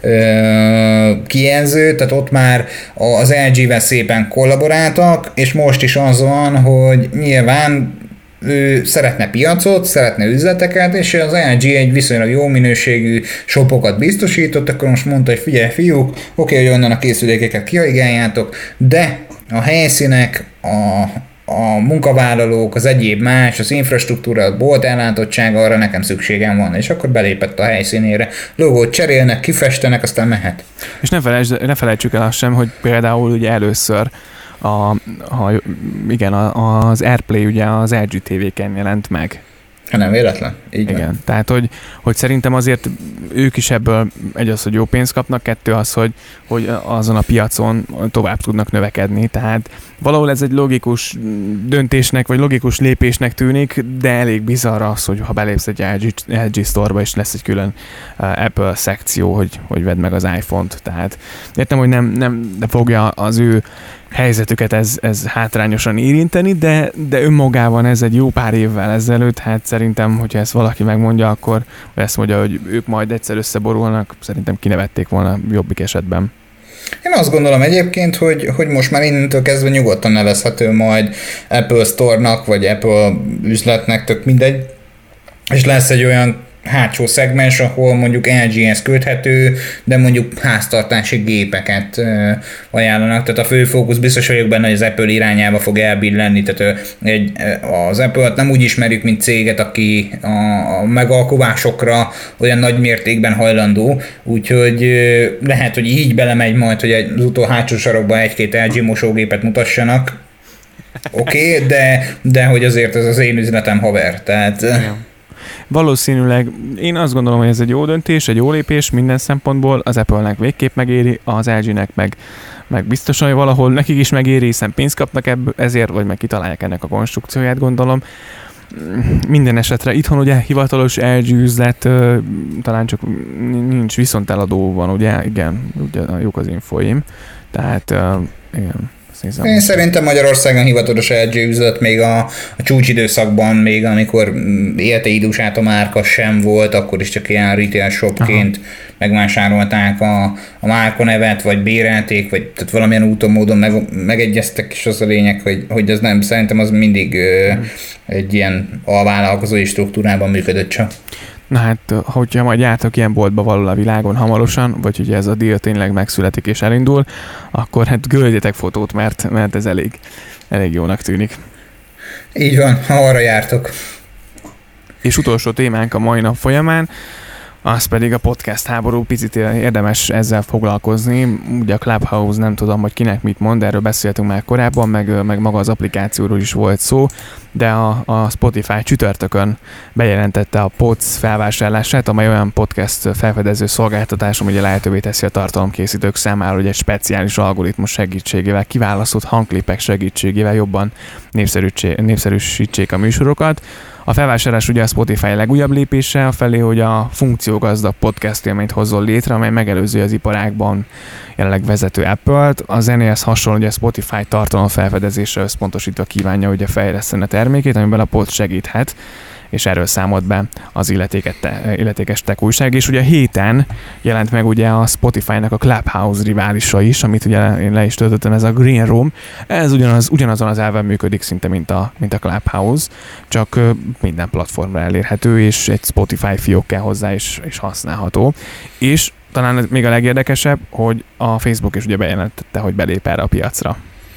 ö, kijelző, tehát ott már az el gé-vel szépen kollaboráltak, és most is az van, hogy nyilván ő szeretne piacot, szeretne üzleteket, és az el gé egy viszonylag jó minőségű shopokat biztosított, akkor most mondta, hogy figyelj fiúk, oké, hogy onnan a készülékeket kiaigáljátok, de a helyszínek, a, a munkavállalók, az egyéb más, az infrastruktúra, a bolt ellátottsága, arra nekem szükségem van, és akkor belépett a helyszínére. Logót cserélnek, kifestenek, aztán mehet. És ne, felejtsd, ne felejtsük el azt sem, hogy például ugye először a, a, igen, az AirPlay ugye az el gé té vé-ken jelent meg. Nem véletlen. Így igen, van. tehát hogy, hogy szerintem azért ők is ebből egy az, hogy jó pénzt kapnak, kettő az, hogy, hogy azon a piacon tovább tudnak növekedni, tehát valahol ez egy logikus döntésnek, vagy logikus lépésnek tűnik, de elég bizarr az, hogy ha belépsz egy el gé, el gé Store-ba, és lesz egy külön Apple szekció, hogy, hogy vedd meg az iPhone-t, tehát értem, hogy nem, nem de fogja az ő helyzetüket ez, ez hátrányosan érinteni, de, de önmagában ez egy jó pár évvel ezelőtt, hát szerintem, hogyha ezt valaki megmondja, akkor ezt mondja, hogy ők majd egyszer összeborulnak, szerintem kinevették volna jobbik esetben. Én azt gondolom egyébként, hogy, hogy most már innentől kezdve nyugodtan nevezhető majd Apple Store-nak, vagy Apple üzletnek, tök mindegy, és lesz egy olyan hátsó szegmens, ahol mondjuk el gé-hez köthető, de mondjuk háztartási gépeket ajánlanak. Tehát a fő fókusz biztos vagyok benne, hogy az Apple irányába fog elbillenni. Tehát egy, az Apple-t nem úgy ismerjük, mint céget, aki a, a megalkovásokra olyan nagy mértékben hajlandó, úgyhogy lehet, hogy így belemegy majd, hogy az utó hátsó sarokban egy-két el gé mosógépet mutassanak. Oké, okay, de, de hogy azért ez az én üzletem haver. Tehát... Ja. Valószínűleg én azt gondolom, hogy ez egy jó döntés, egy jó lépés minden szempontból, az Apple-nek végképp megéri, az el gé-nek meg, meg biztosan, hogy valahol nekik is megéri, hiszen pénzt kapnak ebből, ezért, vagy meg kitalálják ennek a konstrukcióját, gondolom. Minden esetre itthon ugye hivatalos el gé üzlet, talán csak nincs, viszont eladó van, ugye? Igen, ugye jók az infóim. Tehát, igen. Én szerintem Magyarországon hivatalos el gé üzlet még a, a csúcsidőszakban, még amikor élteidős át a márka sem volt, akkor is csak ilyen retail shopként Aha. megvásárolták a, a márka nevet, vagy bérelték, vagy tehát valamilyen úton, módon meg, megegyeztek, és az a lényeg, hogy, hogy az nem, szerintem az mindig ö, egy ilyen alvállalkozói struktúrában működött csak. Na hát, hogyha majd jártok ilyen boltba valahol a világon hamarosan, vagy ugye ez a deal tényleg megszületik és elindul, akkor hát küldjetek fotót, mert, mert ez elég, elég jónak tűnik. Így van, ha arra jártok. És utolsó témánk a mai nap folyamán, az pedig a podcast háború, picit érdemes ezzel foglalkozni. Ugye a Clubhouse, nem tudom, hogy kinek mit mond, erről beszéltünk már korábban, meg, meg maga az applikációról is volt szó, de a, a Spotify csütörtökön bejelentette a Pods felvásárlását, amely olyan podcast felfedező szolgáltatás, ami ugye lehetővé teszi a tartalomkészítők számára, hogy egy speciális algoritmus segítségével, kiválasztott hangklipek segítségével jobban népszerűsítsék a műsorokat. A felvásárlás ugye a Spotify legújabb lépése afelé, hogy a funkciógazdag podcast élményt hozzon létre, amely megelőzi az iparágban jelenleg vezető Apple-t. A zenéhez hasonló, hogy a Spotify tartalom felfedezésre összpontosítva kívánja ugye fejleszteni a termékét, amiben a pod segíthet, és erről számolt be az illetékes tech újság, és ugye a héten jelent meg ugye a Spotify-nak a Clubhouse riválisa is, amit ugye én le is töltöttem, ez a Green Room. Ez ugyanaz, ugyanazon az elven működik szinte, mint a, mint a Clubhouse, csak minden platformra elérhető, és egy Spotify fiók kell hozzá, és, és használható. És talán még a legérdekesebb, hogy a Facebook is ugye bejelentette, hogy belép erre a piacra.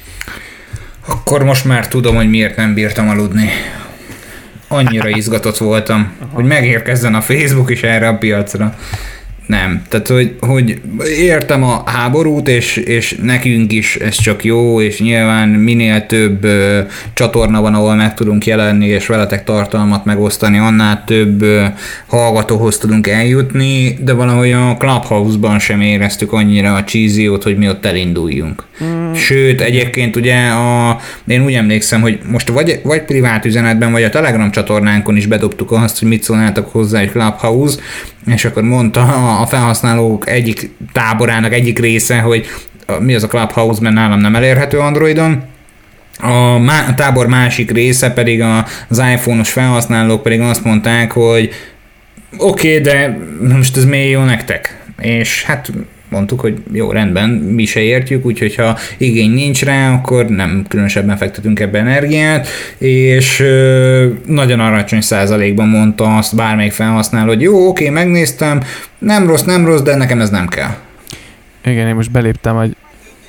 Akkor most már tudom, hogy miért nem bírtam aludni. Annyira izgatott voltam, Aha. hogy megérkezzen a Facebook is erre a piacra. Nem. Tehát, hogy, hogy értem a háborút, és, és nekünk is ez csak jó, és nyilván minél több ö, csatorna van, ahol meg tudunk jelenni, és veletek tartalmat megosztani, annál több ö, hallgatóhoz tudunk eljutni, de valahogy a Clubhouse-ban sem éreztük annyira a cheesy-ot, hogy mi ott elinduljunk. Mm. Sőt, egyébként ugye a, én úgy emlékszem, hogy most vagy, vagy privát üzenetben, vagy a Telegram csatornánkon is bedobtuk azt, hogy mit szólnátok hozzá egy Clubhouse, és akkor mondta a felhasználók egyik táborának egyik része, hogy mi az a Clubhouse, mert nálam nem elérhető Androidon. A, má, a tábor másik része pedig a, az iPhone-os felhasználók pedig azt mondták, hogy oké, okay, de most ez miért jó nektek? És hát mondtuk, hogy jó, rendben, mi se értjük, úgyhogy ha igény nincs rá, akkor nem különösebben fektetünk ebbe energiát, és ö, nagyon alacsony százalékban mondta azt bármelyik felhasználó, hogy jó, oké, megnéztem, nem rossz, nem rossz, de nekem ez nem kell. Igen, én most beléptem egy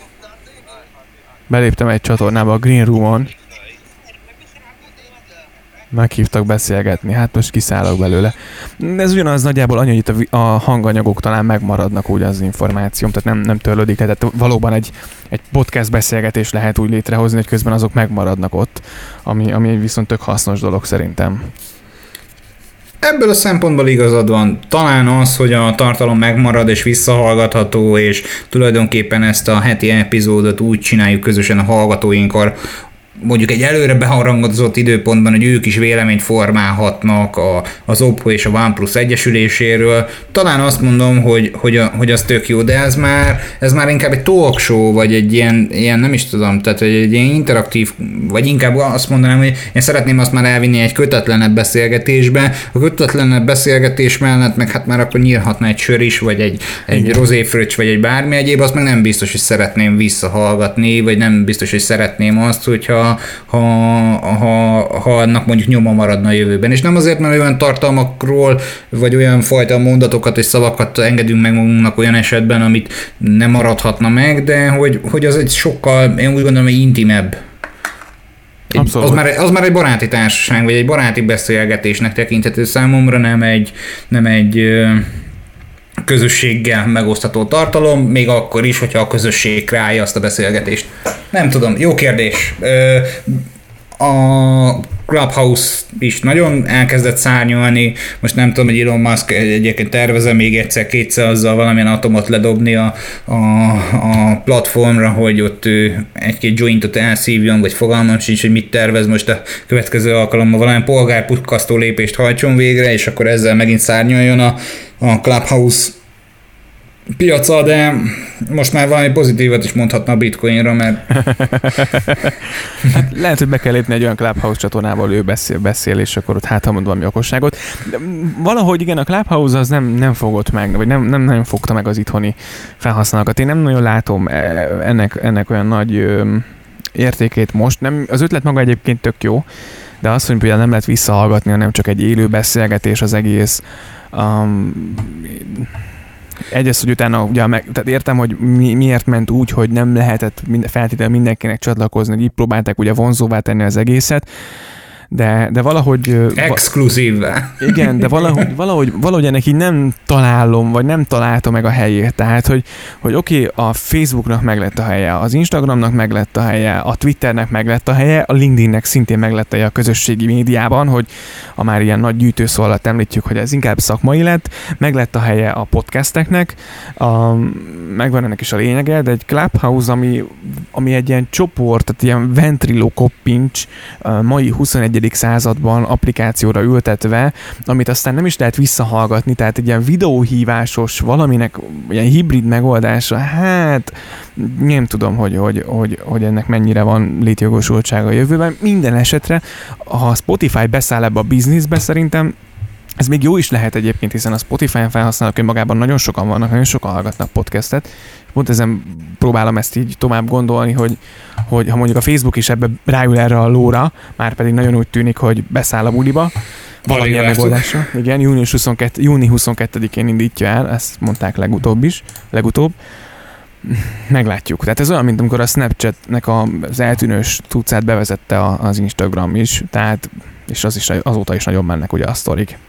beléptem egy csatornába a Green Room-on, meghívtak beszélgetni, hát most kiszállok belőle. Ez ugyanaz nagyjából annyi, hogy itt a, a hanganyagok talán megmaradnak úgy az információm, tehát nem, nem törlődik, tehát valóban egy, egy podcast beszélgetés lehet úgy létrehozni, hogy közben azok megmaradnak ott, ami, ami viszont tök hasznos dolog szerintem. Ebből a szempontból igazad van. Talán az, hogy a tartalom megmarad és visszahallgatható, és tulajdonképpen ezt a heti epizódot úgy csináljuk közösen a hallgatóinkkal, mondjuk egy előre beharangozott időpontban, hogy ők is véleményt formálhatnak a, az Oppo és a OnePlus egyesüléséről. Talán azt mondom, hogy, hogy, a, hogy az tök jó, de ez már, ez már inkább egy talk show, vagy egy ilyen, ilyen nem is tudom, tehát egy ilyen interaktív, vagy inkább azt mondanám, hogy én szeretném azt már elvinni egy kötetlenebb beszélgetésbe. A kötetlenebb beszélgetés mellett meg hát már akkor nyírhatna egy sör is, vagy egy, egy rozéfröccs, vagy egy bármi egyéb, azt meg nem biztos, hogy szeretném visszahallgatni, vagy nem biztos, hogy szeretném azt, hogyha ha, ha, ha, ha annak mondjuk nyoma maradna a jövőben. És nem azért, mert olyan tartalmakról, vagy olyan fajta mondatokat és szavakat engedünk meg magunknak olyan esetben, amit nem maradhatna meg, de hogy, hogy az egy sokkal, én úgy gondolom, hogy intimebb. Egy, az, már, az már egy baráti társaság, vagy egy baráti beszélgetésnek tekinthető számomra, nem egy, nem egy közösséggel megosztható tartalom, még akkor is, hogyha a közösség kreálja azt a beszélgetést. Nem tudom, jó kérdés. A Clubhouse is nagyon elkezdett szárnyalni, most nem tudom, hogy Elon Musk egyébként tervezem még egyszer-kétszer azzal valamilyen atomot ledobni a, a, a platformra, hogy ott ő egy-két jointot elszívjon, vagy fogalmam sincs, hogy mit tervez most a következő alkalommal, valamilyen polgárpukkasztó lépést hajtson végre, és akkor ezzel megint szárnyaljon a, a Clubhouse piaca, de most már valami pozitívat is mondhatna a bitcoinra, mert... Hát lehet, hogy be kell lépni egy olyan Clubhouse csatornából, ő beszél, beszél és akkor ott hát mond valami okosságot. De valahogy igen, a Clubhouse az nem, nem fogott meg, vagy nem, nem nagyon fogta meg az itthoni felhasználókat. Én nem nagyon látom ennek, ennek olyan nagy ö, értékét most. Nem, az ötlet maga egyébként tök jó, de azt, hogy például nem lehet visszahallgatni, hanem csak egy élő beszélgetés az egész. Um, Egyrészt, hogy utána, ugye, meg, tehát értem, hogy mi, miért ment úgy, hogy nem lehetett mind, feltétlenül mindenkinek csatlakozni, hogy így próbálták ugye vonzóvá tenni az egészet, de, de valahogy... Exkluzívvá. Igen, de valahogy, valahogy, valahogy ennek így nem találom, vagy nem találta meg a helyét. Tehát, hogy, hogy oké, okay, a Facebooknak meg lett a helye, az Instagramnak meg lett a helye, a Twitternek meg lett a helye, a LinkedInnek szintén meg lett a helye a közösségi médiában, hogy a már ilyen nagy gyűjtőszó alatt említjük, hogy ez inkább szakmai lett, meg lett a helye a podcasteknek, a, megvan ennek is a lényege, de egy Clubhouse, ami, ami egy ilyen csoport, tehát ilyen ventrilo koppincs, a mai huszonegyedik században applikációra ültetve, amit aztán nem is lehet visszahallgatni, tehát egy ilyen videóhívásos valaminek ilyen hibrid megoldása, hát nem tudom, hogy, hogy, hogy, hogy ennek mennyire van létjogosultsága a jövőben. Minden esetre, ha a Spotify beszáll ebbe a bizniszbe, szerintem ez még jó is lehet egyébként, hiszen a Spotify-on felhasználók önmagában nagyon sokan vannak, nagyon sokan hallgatnak podcastet. Pont ezen próbálom ezt így tovább gondolni, hogy, hogy ha mondjuk a Facebook is ebbe ráül erre a lóra, már pedig nagyon úgy tűnik, hogy beszáll a buliba, valamilyen megoldásra. Igen, június huszonkettedikén, júni huszonkettedikén indítja el, ezt mondták legutóbb is, legutóbb. Meglátjuk. Tehát ez olyan, mint amikor a Snapchatnek az eltűnős tucát bevezette az Instagram is, tehát, és az is, azóta is nagyon mennek ugye a sztorik.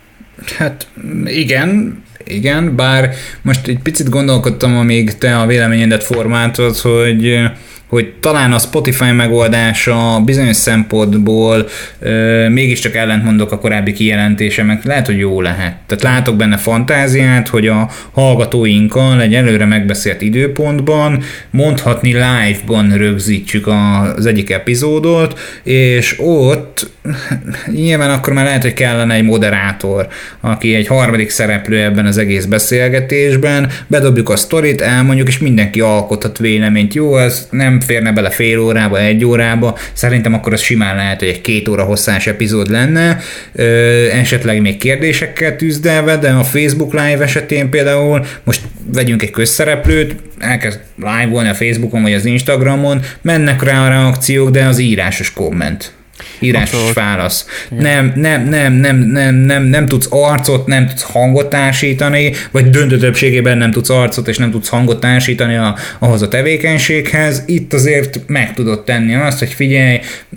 Hát igen, igen, bár most egy picit gondolkodtam, amíg te a véleményedet formáltad, hogy, hogy talán a Spotify megoldása bizonyos szempontból euh, mégiscsak ellentmondok a korábbi kijelentésemnek, lehet, hogy jó lehet. Tehát látok benne fantáziát, hogy a hallgatóinkkal egy előre megbeszélt időpontban, mondhatni live-ban rögzítjük az egyik epizódot, és ott nyilván akkor már lehet, hogy kellene egy moderátor, aki egy harmadik szereplő ebben az egész beszélgetésben, bedobjuk a sztorit, elmondjuk, és mindenki alkothat véleményt. Jó, ez nem férne bele fél órába, egy órába, szerintem akkor az simán lehet, hogy egy két óra hosszás epizód lenne, ö, esetleg még kérdésekkel tűzdelve, de a Facebook Live esetén például most vegyünk egy közszereplőt, elkezd live-olni a Facebookon vagy az Instagramon, mennek rá a reakciók, de az írásos komment. Írásos Abszolút. válasz. Nem, nem, nem, nem, nem, nem, nem tudsz arcot, nem tudsz hangot társítani, vagy döntő többségében nem tudsz arcot, és nem tudsz hangot társítani a, ahhoz a tevékenységhez. Itt azért meg tudod tenni azt, hogy figyelj,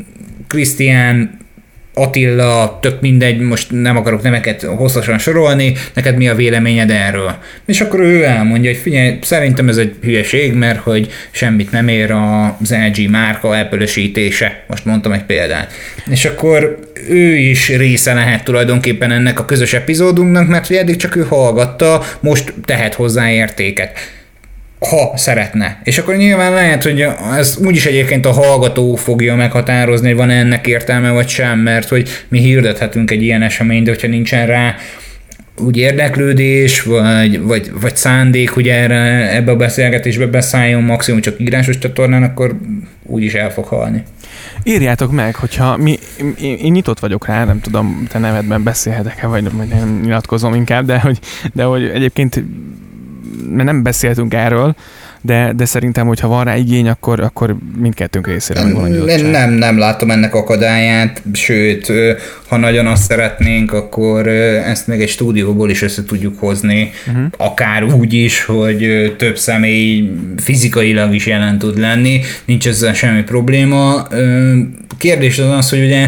Krisztián, Attila, tök mindegy, most nem akarok neveket hosszasan sorolni, neked mi a véleményed erről? És akkor ő elmondja, hogy figyelj, szerintem ez egy hülyeség, mert hogy semmit nem ér az el gé márka Apple-ösítése. Most mondtam egy példát. És akkor ő is része lehet tulajdonképpen ennek a közös epizódunknak, mert hogy eddig csak ő hallgatta, most tehet hozzá értéket. Ha szeretne. És akkor nyilván lehet, hogy ez úgyis egyébként a hallgató fogja meghatározni, hogy van ennek értelme vagy sem, mert hogy mi hirdethetünk egy ilyen eseményt, de hogyha nincsen rá úgy érdeklődés, vagy, vagy, vagy szándék, hogy erre, ebbe a beszélgetésbe beszálljon maximum csak írásos csatornán, akkor úgyis el fog halni. Írjátok meg, hogyha mi, én, én nyitott vagyok rá, nem tudom, te nevedben beszélhetek-e, vagy, vagy nem nyilatkozom inkább, de hogy, de hogy egyébként mert nem beszéltünk erről, de, de szerintem, hogyha van rá igény, akkor, akkor mindkettőnk részére nem, nem, nem látom ennek akadályát, sőt, ha nagyon azt szeretnénk, akkor ezt meg egy stúdióból is össze tudjuk hozni, uh-huh. akár úgy is, hogy több személy fizikailag is jelen tud lenni, nincs ezzel semmi probléma. Kérdés az az, hogy ugye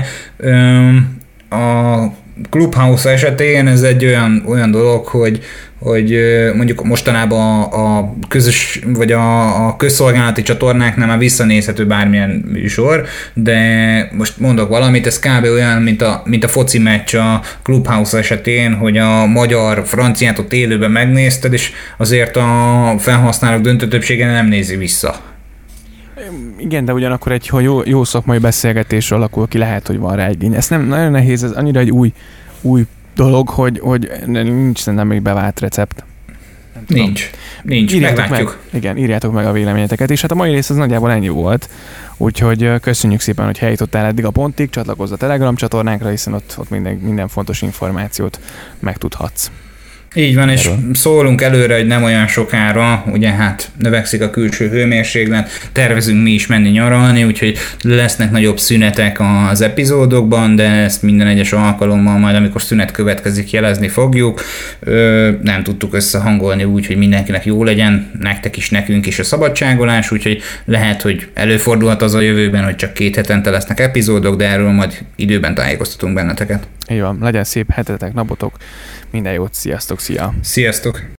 a Clubhouse esetén ez egy olyan, olyan dolog, hogy, hogy mondjuk mostanában a, a közös, vagy a, a közszolgálati csatornáknál már visszanézhető bármilyen műsor, de most mondok valamit, ez kb. Olyan, mint a, mint a foci meccs a Clubhouse esetén, hogy a magyar franciát ott élőben megnézted, és azért a felhasználók döntő többsége nem nézi vissza. Igen, de ugyanakkor egy ha jó, jó szakmai beszélgetés alakul ki, lehet, hogy van rá igény. Ez nem nagyon nehéz, ez annyira egy új, új dolog, hogy, hogy nincs szerintem még bevált recept. Nincs. Nincs, írjátok meglátjuk. Meg, igen, írjátok meg a véleményeteket, és hát a mai rész az nagyjából ennyi volt. Úgyhogy köszönjük szépen, hogy eljutottál eddig a pontig, csatlakozz a Telegram csatornánkra, hiszen ott, ott minden, minden fontos információt megtudhatsz. Így van, és erről szólunk előre, hogy nem olyan sokára, ugye hát növekszik a külső hőmérséklet, tervezünk mi is menni nyaralni, úgyhogy lesznek nagyobb szünetek az epizódokban, de ezt minden egyes alkalommal majd, amikor szünet következik, jelezni fogjuk. Ö, nem tudtuk összehangolni úgy, hogy mindenkinek jó legyen, nektek is, nekünk is a szabadságolás, úgyhogy lehet, hogy előfordulhat az a jövőben, hogy csak két hetente lesznek epizódok, de erről majd időben tájékoztatunk benneteket. Így van, legyen szép hetetek, napotok, minden jót, sziasztok, szia! Sziasztok!